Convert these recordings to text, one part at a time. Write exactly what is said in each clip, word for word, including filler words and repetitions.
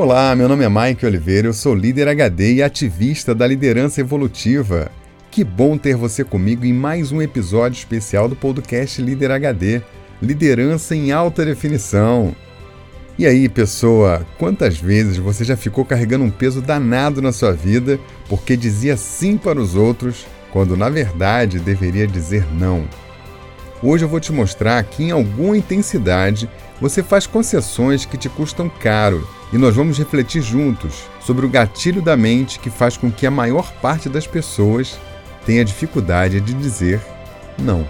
Olá, meu nome é Mike Oliveira, eu sou líder H D e ativista da liderança evolutiva. Que bom ter você comigo em mais um episódio especial do podcast Líder H D, Liderança em Alta Definição. E aí, pessoa, quantas vezes você já ficou carregando um peso danado na sua vida porque dizia sim para os outros, quando na verdade deveria dizer não? Hoje eu vou te mostrar que em alguma intensidade você faz concessões que te custam caro e nós vamos refletir juntos sobre o gatilho da mente que faz com que a maior parte das pessoas tenha dificuldade de dizer não.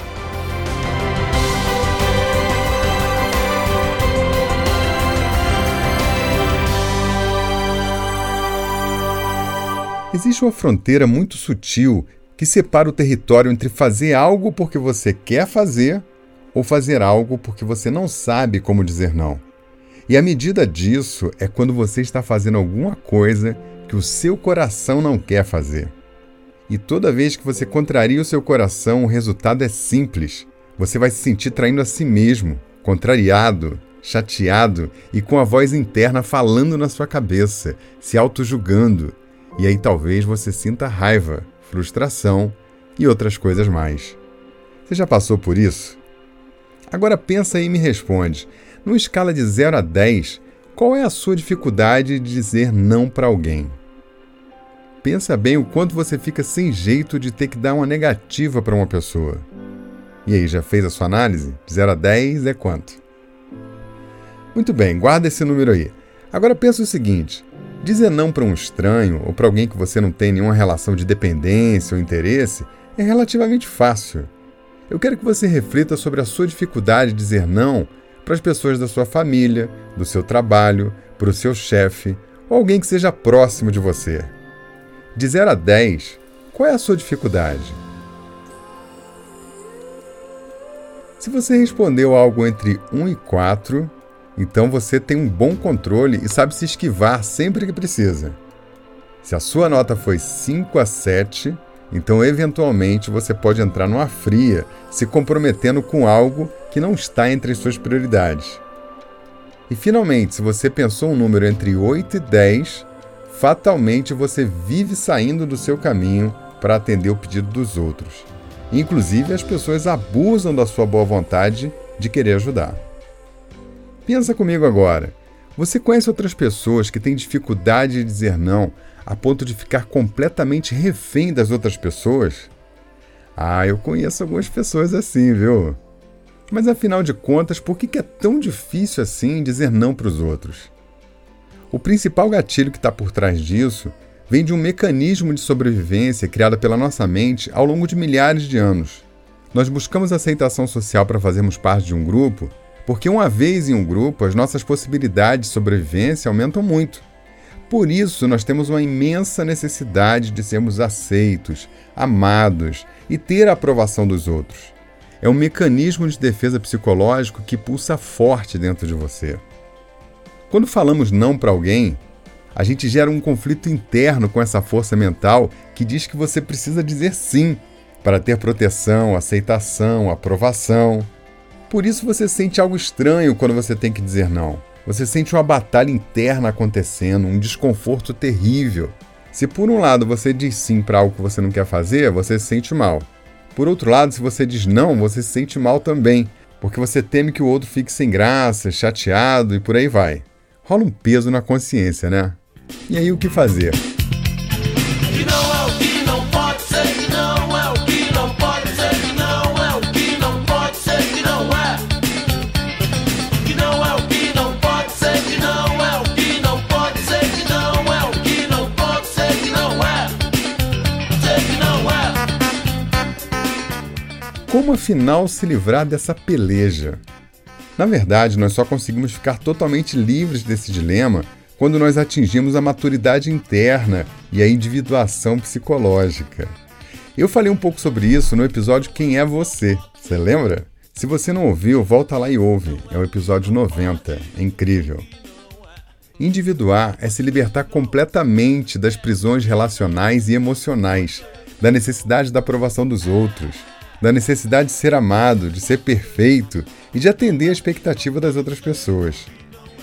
Existe uma fronteira muito sutil que separa o território entre fazer algo porque você quer fazer ou fazer algo porque você não sabe como dizer não. E a medida disso é quando você está fazendo alguma coisa que o seu coração não quer fazer. E toda vez que você contraria o seu coração, o resultado é simples. Você vai se sentir traindo a si mesmo, contrariado, chateado e com a voz interna falando na sua cabeça, se auto-julgando. E aí talvez você sinta raiva, frustração e outras coisas mais. Você já passou por isso? Agora pensa aí e me responde. Numa escala de zero a dez, qual é a sua dificuldade de dizer não para alguém? Pensa bem o quanto você fica sem jeito de ter que dar uma negativa para uma pessoa. E aí, já fez a sua análise? De zero a dez é quanto? Muito bem, guarda esse número aí. Agora pensa o seguinte, dizer não para um estranho ou para alguém que você não tem nenhuma relação de dependência ou interesse é relativamente fácil. Eu quero que você reflita sobre a sua dificuldade de dizer não para as pessoas da sua família, do seu trabalho, para o seu chefe ou alguém que seja próximo de você. De zero a dez, qual é a sua dificuldade? Se você respondeu algo entre um e quatro, então você tem um bom controle e sabe se esquivar sempre que precisa. Se a sua nota foi cinco a sete, então eventualmente você pode entrar numa fria, se comprometendo com algo que não está entre as suas prioridades. E finalmente, se você pensou um número entre oito e dez, fatalmente você vive saindo do seu caminho para atender o pedido dos outros. Inclusive, as pessoas abusam da sua boa vontade de querer ajudar. Pensa comigo agora. Você conhece outras pessoas que têm dificuldade de dizer não a ponto de ficar completamente refém das outras pessoas? Ah, eu conheço algumas pessoas assim, viu? Mas afinal de contas, por que é tão difícil assim dizer não para os outros? O principal gatilho que está por trás disso vem de um mecanismo de sobrevivência criado pela nossa mente ao longo de milhares de anos. Nós buscamos aceitação social para fazermos parte de um grupo porque uma vez em um grupo, as nossas possibilidades de sobrevivência aumentam muito. Por isso, nós temos uma imensa necessidade de sermos aceitos, amados e ter a aprovação dos outros. É um mecanismo de defesa psicológico que pulsa forte dentro de você. Quando falamos não para alguém, a gente gera um conflito interno com essa força mental que diz que você precisa dizer sim para ter proteção, aceitação, aprovação. Por isso você sente algo estranho quando você tem que dizer não. Você sente uma batalha interna acontecendo, um desconforto terrível. Se por um lado você diz sim para algo que você não quer fazer, você se sente mal. Por outro lado, se você diz não, você se sente mal também, porque você teme que o outro fique sem graça, chateado e por aí vai. Rola um peso na consciência, né? E aí o que fazer? Que não é o que não pode ser, que não é o que não pode ser, que não é o que não pode ser, que não é. Que não é o que não pode ser, que não é o que não pode ser, que não é o que não pode ser, que não é. Ser que não é. Como afinal se livrar dessa peleja? Na verdade, nós só conseguimos ficar totalmente livres desse dilema quando nós atingimos a maturidade interna e a individuação psicológica. Eu falei um pouco sobre isso no episódio Quem é Você? Você lembra? Se você não ouviu, volta lá e ouve. É o episódio noventa. É incrível. Individuar é se libertar completamente das prisões relacionais e emocionais, da necessidade da aprovação dos outros, da necessidade de ser amado, de ser perfeito e de atender a expectativa das outras pessoas.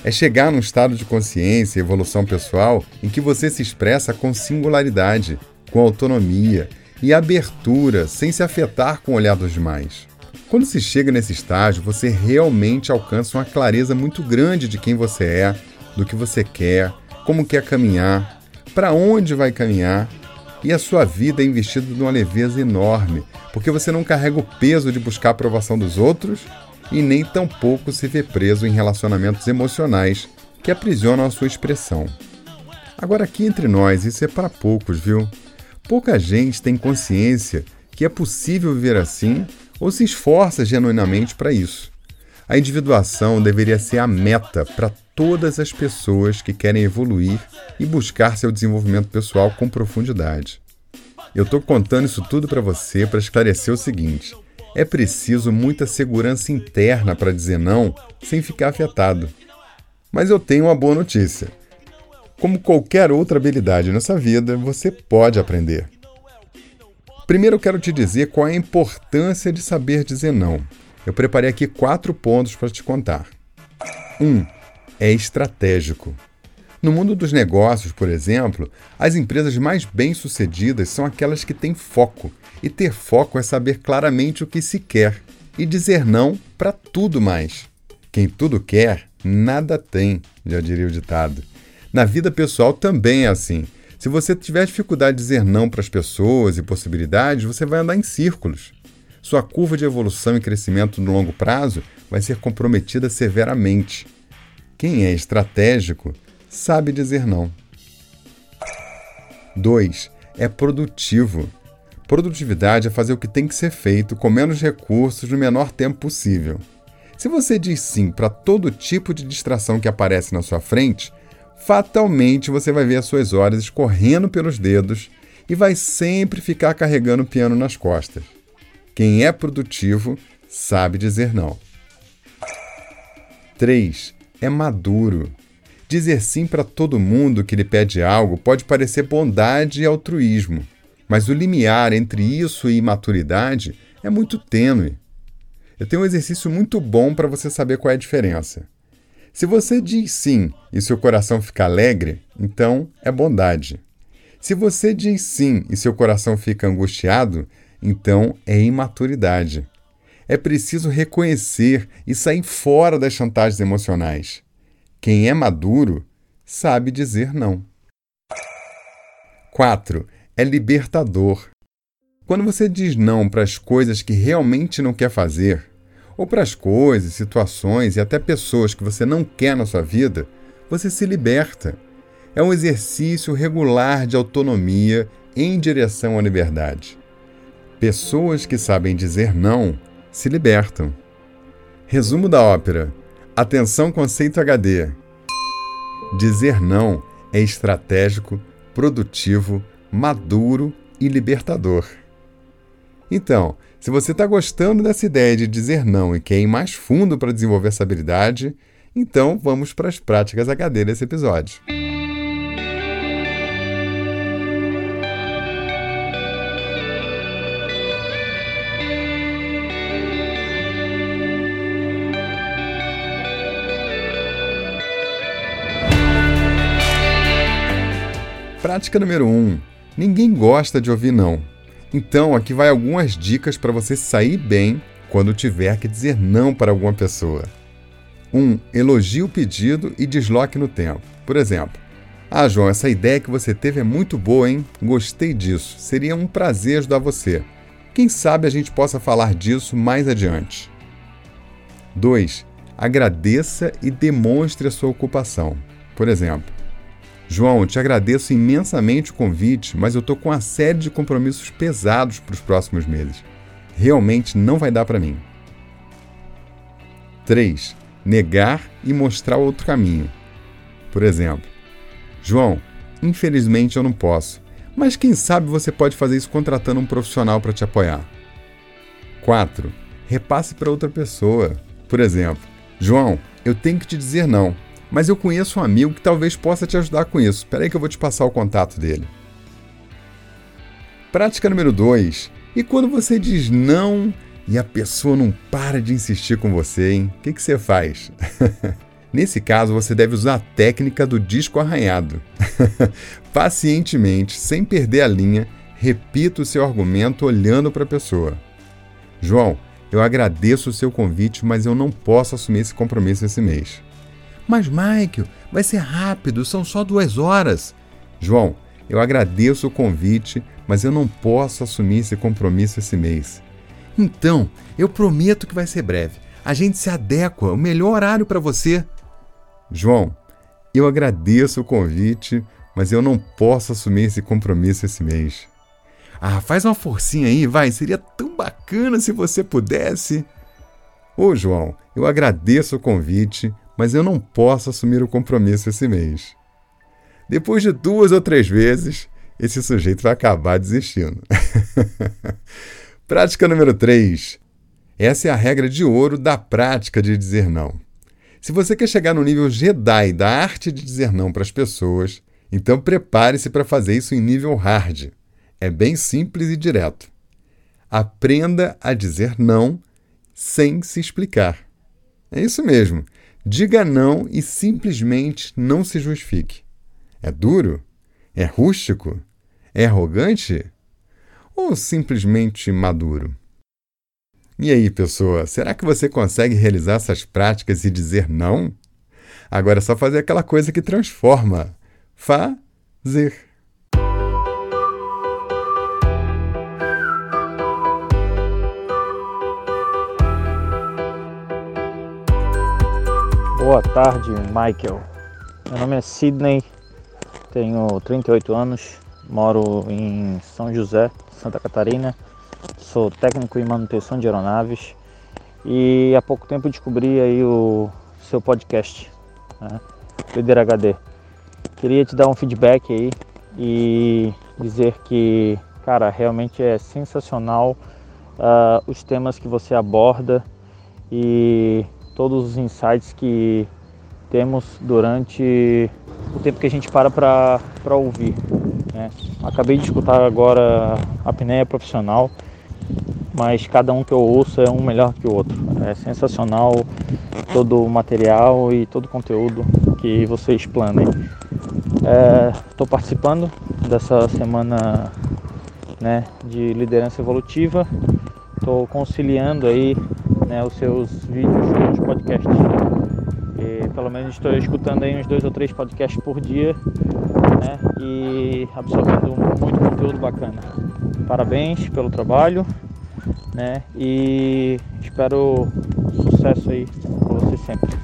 É chegar num estado de consciência e evolução pessoal em que você se expressa com singularidade, com autonomia e abertura, sem se afetar com o olhar dos demais. Quando se chega nesse estágio, você realmente alcança uma clareza muito grande de quem você é, do que você quer, como quer caminhar, para onde vai caminhar, e a sua vida é investida numa leveza enorme, porque você não carrega o peso de buscar a aprovação dos outros e nem tampouco se vê preso em relacionamentos emocionais que aprisionam a sua expressão. Agora, aqui entre nós, isso é para poucos, viu? Pouca gente tem consciência que é possível viver assim ou se esforça genuinamente para isso. A individuação deveria ser a meta para todas as pessoas que querem evoluir e buscar seu desenvolvimento pessoal com profundidade. Eu estou contando isso tudo para você para esclarecer o seguinte: é preciso muita segurança interna para dizer não sem ficar afetado. Mas eu tenho uma boa notícia. Como qualquer outra habilidade nessa vida, você pode aprender. Primeiro eu quero te dizer qual é a importância de saber dizer não. Eu preparei aqui quatro pontos para te contar. Um, é estratégico. No mundo dos negócios, por exemplo, as empresas mais bem-sucedidas são aquelas que têm foco. E ter foco é saber claramente o que se quer e dizer não para tudo mais. Quem tudo quer, nada tem, já diria o ditado. Na vida pessoal também é assim. Se você tiver dificuldade de dizer não para as pessoas e possibilidades, você vai andar em círculos. Sua curva de evolução e crescimento no longo prazo vai ser comprometida severamente. Quem é estratégico sabe dizer não. dois. É produtivo. Produtividade é fazer o que tem que ser feito com menos recursos no menor tempo possível. Se você diz sim para todo tipo de distração que aparece na sua frente, fatalmente você vai ver as suas horas escorrendo pelos dedos e vai sempre ficar carregando o piano nas costas. Quem é produtivo sabe dizer não. três. É maduro. Dizer sim para todo mundo que lhe pede algo pode parecer bondade e altruísmo, mas o limiar entre isso e imaturidade é muito tênue. Eu tenho um exercício muito bom para você saber qual é a diferença. Se você diz sim e seu coração fica alegre, então é bondade. Se você diz sim e seu coração fica angustiado, então é imaturidade. É preciso reconhecer e sair fora das chantagens emocionais. Quem é maduro sabe dizer não. quatro. É libertador. Quando você diz não para as coisas que realmente não quer fazer, ou para as coisas, situações e até pessoas que você não quer na sua vida, você se liberta. É um exercício regular de autonomia em direção à liberdade. Pessoas que sabem dizer não se libertam. Resumo da ópera. Atenção, conceito H D. Dizer não é estratégico, produtivo, maduro e libertador. Então, se você está gostando dessa ideia de dizer não e quer ir mais fundo para desenvolver essa habilidade, então vamos para as práticas H D desse episódio. Prática número um. Ninguém gosta de ouvir não. Então, aqui vai algumas dicas para você sair bem quando tiver que dizer não para alguma pessoa. um. Elogie o pedido e desloque no tempo. Por exemplo, ah, João, essa ideia que você teve é muito boa, hein? Gostei disso. Seria um prazer ajudar você. Quem sabe a gente possa falar disso mais adiante. dois. Agradeça e demonstre a sua ocupação. Por exemplo, João, te agradeço imensamente o convite, mas eu estou com uma série de compromissos pesados para os próximos meses. Realmente não vai dar para mim. três. Negar e mostrar outro caminho. Por exemplo, João, infelizmente eu não posso, mas quem sabe você pode fazer isso contratando um profissional para te apoiar. quatro. Repasse para outra pessoa. Por exemplo, João, eu tenho que te dizer não, mas eu conheço um amigo que talvez possa te ajudar com isso. Espera aí que eu vou te passar o contato dele. Prática número dois. E quando você diz não e a pessoa não para de insistir com você, hein? O que, que você faz? Nesse caso, você deve usar a técnica do disco arranhado. Pacientemente, sem perder a linha, repita o seu argumento olhando para a pessoa. João, eu agradeço o seu convite, mas eu não posso assumir esse compromisso esse mês. Mas, Michael, vai ser rápido, são só duas horas. João, eu agradeço o convite, mas eu não posso assumir esse compromisso esse mês. Então, eu prometo que vai ser breve. A gente se adequa, o melhor horário para você. João, eu agradeço o convite, mas eu não posso assumir esse compromisso esse mês. Ah, faz uma forcinha aí, vai, seria tão bacana se você pudesse. Ô, João, eu agradeço o convite, mas eu não posso assumir o compromisso esse mês. Depois de duas ou três vezes, esse sujeito vai acabar desistindo. Prática número três. Essa é a regra de ouro da prática de dizer não. Se você quer chegar no nível Jedi da arte de dizer não para as pessoas, então prepare-se para fazer isso em nível hard. É bem simples e direto. Aprenda a dizer não sem se explicar. É isso mesmo. Diga não e simplesmente não se justifique. É duro? É rústico? É arrogante? Ou simplesmente maduro? E aí, pessoa, será que você consegue realizar essas práticas e dizer não? Agora é só fazer aquela coisa que transforma. Fazer. Boa tarde, Michael. Meu nome é Sidney, tenho trinta e oito anos, moro em São José, Santa Catarina, sou técnico em manutenção de aeronaves e há pouco tempo descobri aí o seu podcast, né, Líder H D. Queria te dar um feedback aí e dizer que, cara, realmente é sensacional uh, os temas que você aborda e todos os insights que temos durante o tempo que a gente para para ouvir, né? Acabei de escutar agora a apneia profissional, mas cada um que eu ouço é um melhor que o outro. É sensacional todo o material e todo o conteúdo que você explana. Estou é, participando dessa semana, né, de liderança evolutiva, estou conciliando aí, né, os seus vídeos com os podcasts. E, pelo menos estou escutando aí uns dois ou três podcasts por dia, né, e absorvendo muito conteúdo bacana. Parabéns pelo trabalho, né, e espero sucesso aí para você sempre.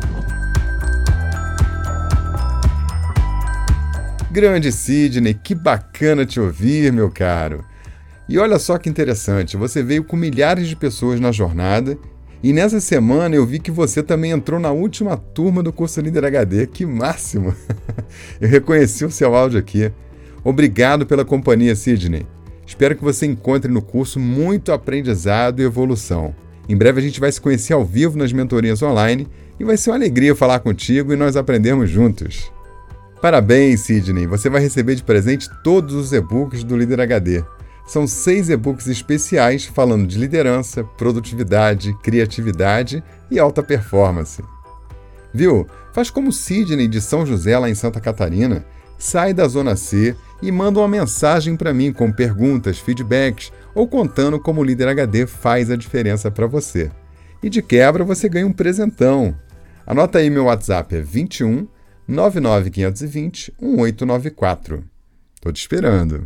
Grande Sidney, que bacana te ouvir, meu caro. E olha só que interessante, você veio com milhares de pessoas na jornada e nessa semana eu vi que você também entrou na última turma do curso Líder H D. Que máximo! Eu reconheci o seu áudio aqui. Obrigado pela companhia, Sidney. Espero que você encontre no curso muito aprendizado e evolução. Em breve a gente vai se conhecer ao vivo nas mentorias online e vai ser uma alegria falar contigo e nós aprendermos juntos. Parabéns, Sidney! Você vai receber de presente todos os e-books do Líder H D. São seis e-books especiais falando de liderança, produtividade, criatividade e alta performance. Viu? Faz como Sidney de São José, lá em Santa Catarina. Sai da Zona C e manda uma mensagem para mim com perguntas, feedbacks ou contando como o Líder H D faz a diferença para você. E de quebra você ganha um presentão. Anota aí, meu WhatsApp é vinte e um, nove nove cinco dois zero, um oito nove quatro. Tô te esperando.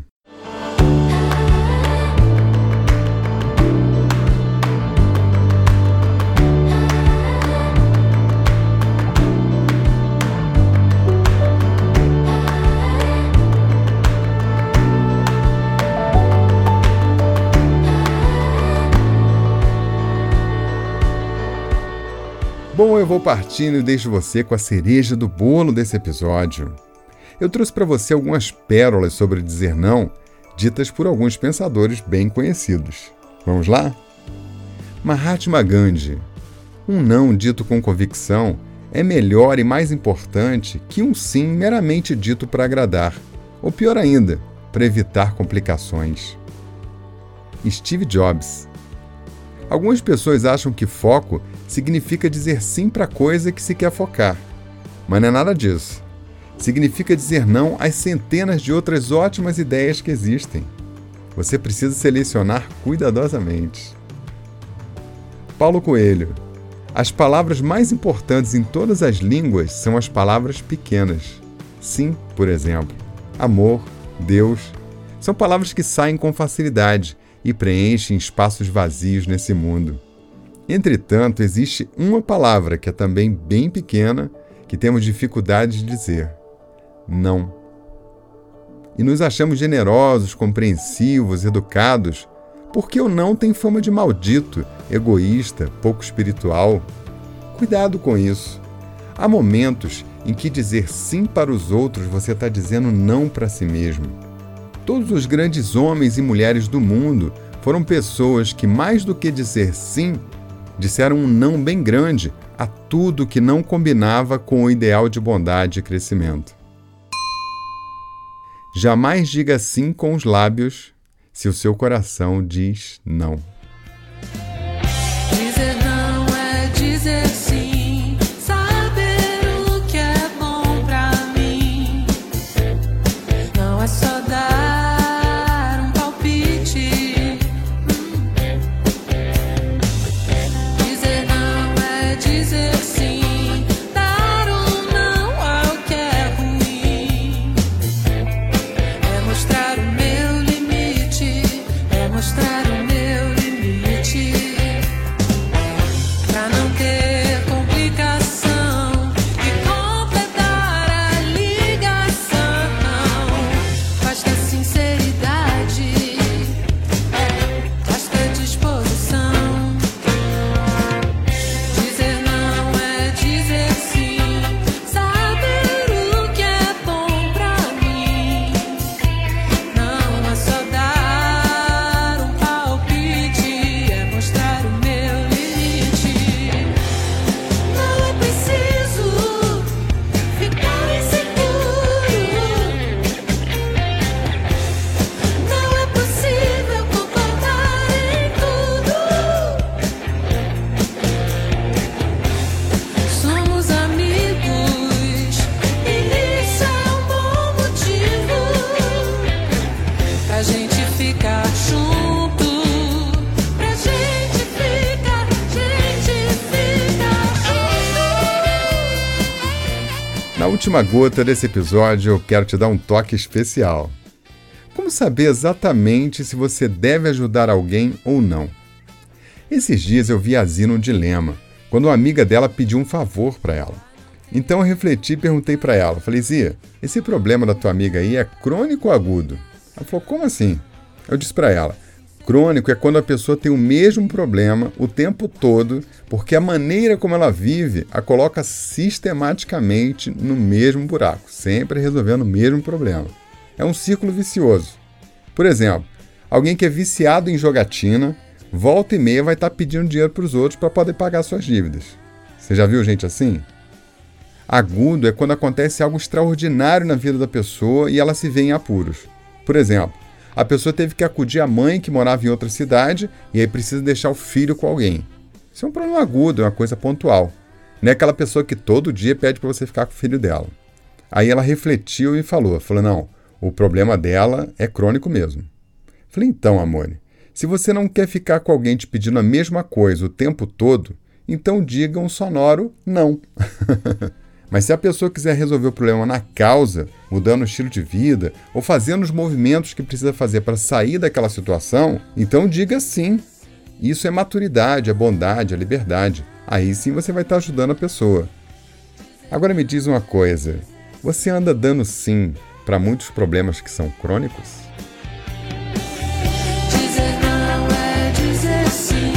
Bom, eu vou partindo e deixo você com a cereja do bolo desse episódio. Eu trouxe para você algumas pérolas sobre dizer não, ditas por alguns pensadores bem conhecidos. Vamos lá? Mahatma Gandhi. Um não dito com convicção é melhor e mais importante que um sim meramente dito para agradar, ou pior ainda, para evitar complicações. Steve Jobs. Algumas pessoas acham que foco significa dizer sim para a coisa que se quer focar. Mas não é nada disso. Significa dizer não às centenas de outras ótimas ideias que existem. Você precisa selecionar cuidadosamente. Paulo Coelho. As palavras mais importantes em todas as línguas são as palavras pequenas. Sim, por exemplo. Amor, Deus. São palavras que saem com facilidade e preenchem espaços vazios nesse mundo. Entretanto, existe uma palavra que é também bem pequena, que temos dificuldade de dizer. Não. E nos achamos generosos, compreensivos, educados, porque o não tem fama de maldito, egoísta, pouco espiritual. Cuidado com isso. Há momentos em que dizer sim para os outros você está dizendo não para si mesmo. Todos os grandes homens e mulheres do mundo foram pessoas que, mais do que dizer sim, disseram um não bem grande a tudo que não combinava com o ideal de bondade e crescimento. Jamais diga sim com os lábios se o seu coração diz não. Dizer não é dizer sim, saber o que é bom pra mim. Não é só dar um palpite. Dizer não é dizer sim, dar um não ao que é ruim. É mostrar o meu limite, é mostrar o meu limite. Pra não ter complicação e completar a ligação. Basta sinceridade, basta disposição. Dizer não é dizer sim, saber o que é bom pra mim. Não é só dar um palpite, é mostrar o meu limite. Não é preciso ficar inseguro. Não é possível concordar em tudo. Somos amigos e isso é um bom motivo pra gente ficar junto. Pra gente ficar, gente ficar junto. Na última gota desse episódio, eu quero te dar um toque especial. Como saber exatamente se você deve ajudar alguém ou não? Esses dias eu vi a Zina um dilema, quando uma amiga dela pediu um favor para ela. Então eu refleti e perguntei para ela, falei, Zia, esse problema da tua amiga aí é crônico ou agudo? Ela falou, como assim? Eu disse para ela, crônico é quando a pessoa tem o mesmo problema o tempo todo, porque a maneira como ela vive a coloca sistematicamente no mesmo buraco, sempre resolvendo o mesmo problema. É um círculo vicioso. Por exemplo, alguém que é viciado em jogatina, volta e meia vai estar pedindo dinheiro para os outros para poder pagar suas dívidas. Você já viu gente assim? Agudo é quando acontece algo extraordinário na vida da pessoa e ela se vê em apuros. Por exemplo, a pessoa teve que acudir a mãe que morava em outra cidade e aí precisa deixar o filho com alguém. Isso é um problema agudo, é uma coisa pontual. Não é aquela pessoa que todo dia pede para você ficar com o filho dela. Aí ela refletiu e falou, falou, não, o problema dela é crônico mesmo. Falei, então, amor, se você não quer ficar com alguém te pedindo a mesma coisa o tempo todo, então diga um sonoro não. Mas se a pessoa quiser resolver o problema na causa, mudando o estilo de vida ou fazendo os movimentos que precisa fazer para sair daquela situação, então diga sim. Isso é maturidade, é bondade, é liberdade. Aí sim você vai estar ajudando a pessoa. Agora me diz uma coisa, você anda dando sim para muitos problemas que são crônicos? Dizer não é dizer sim.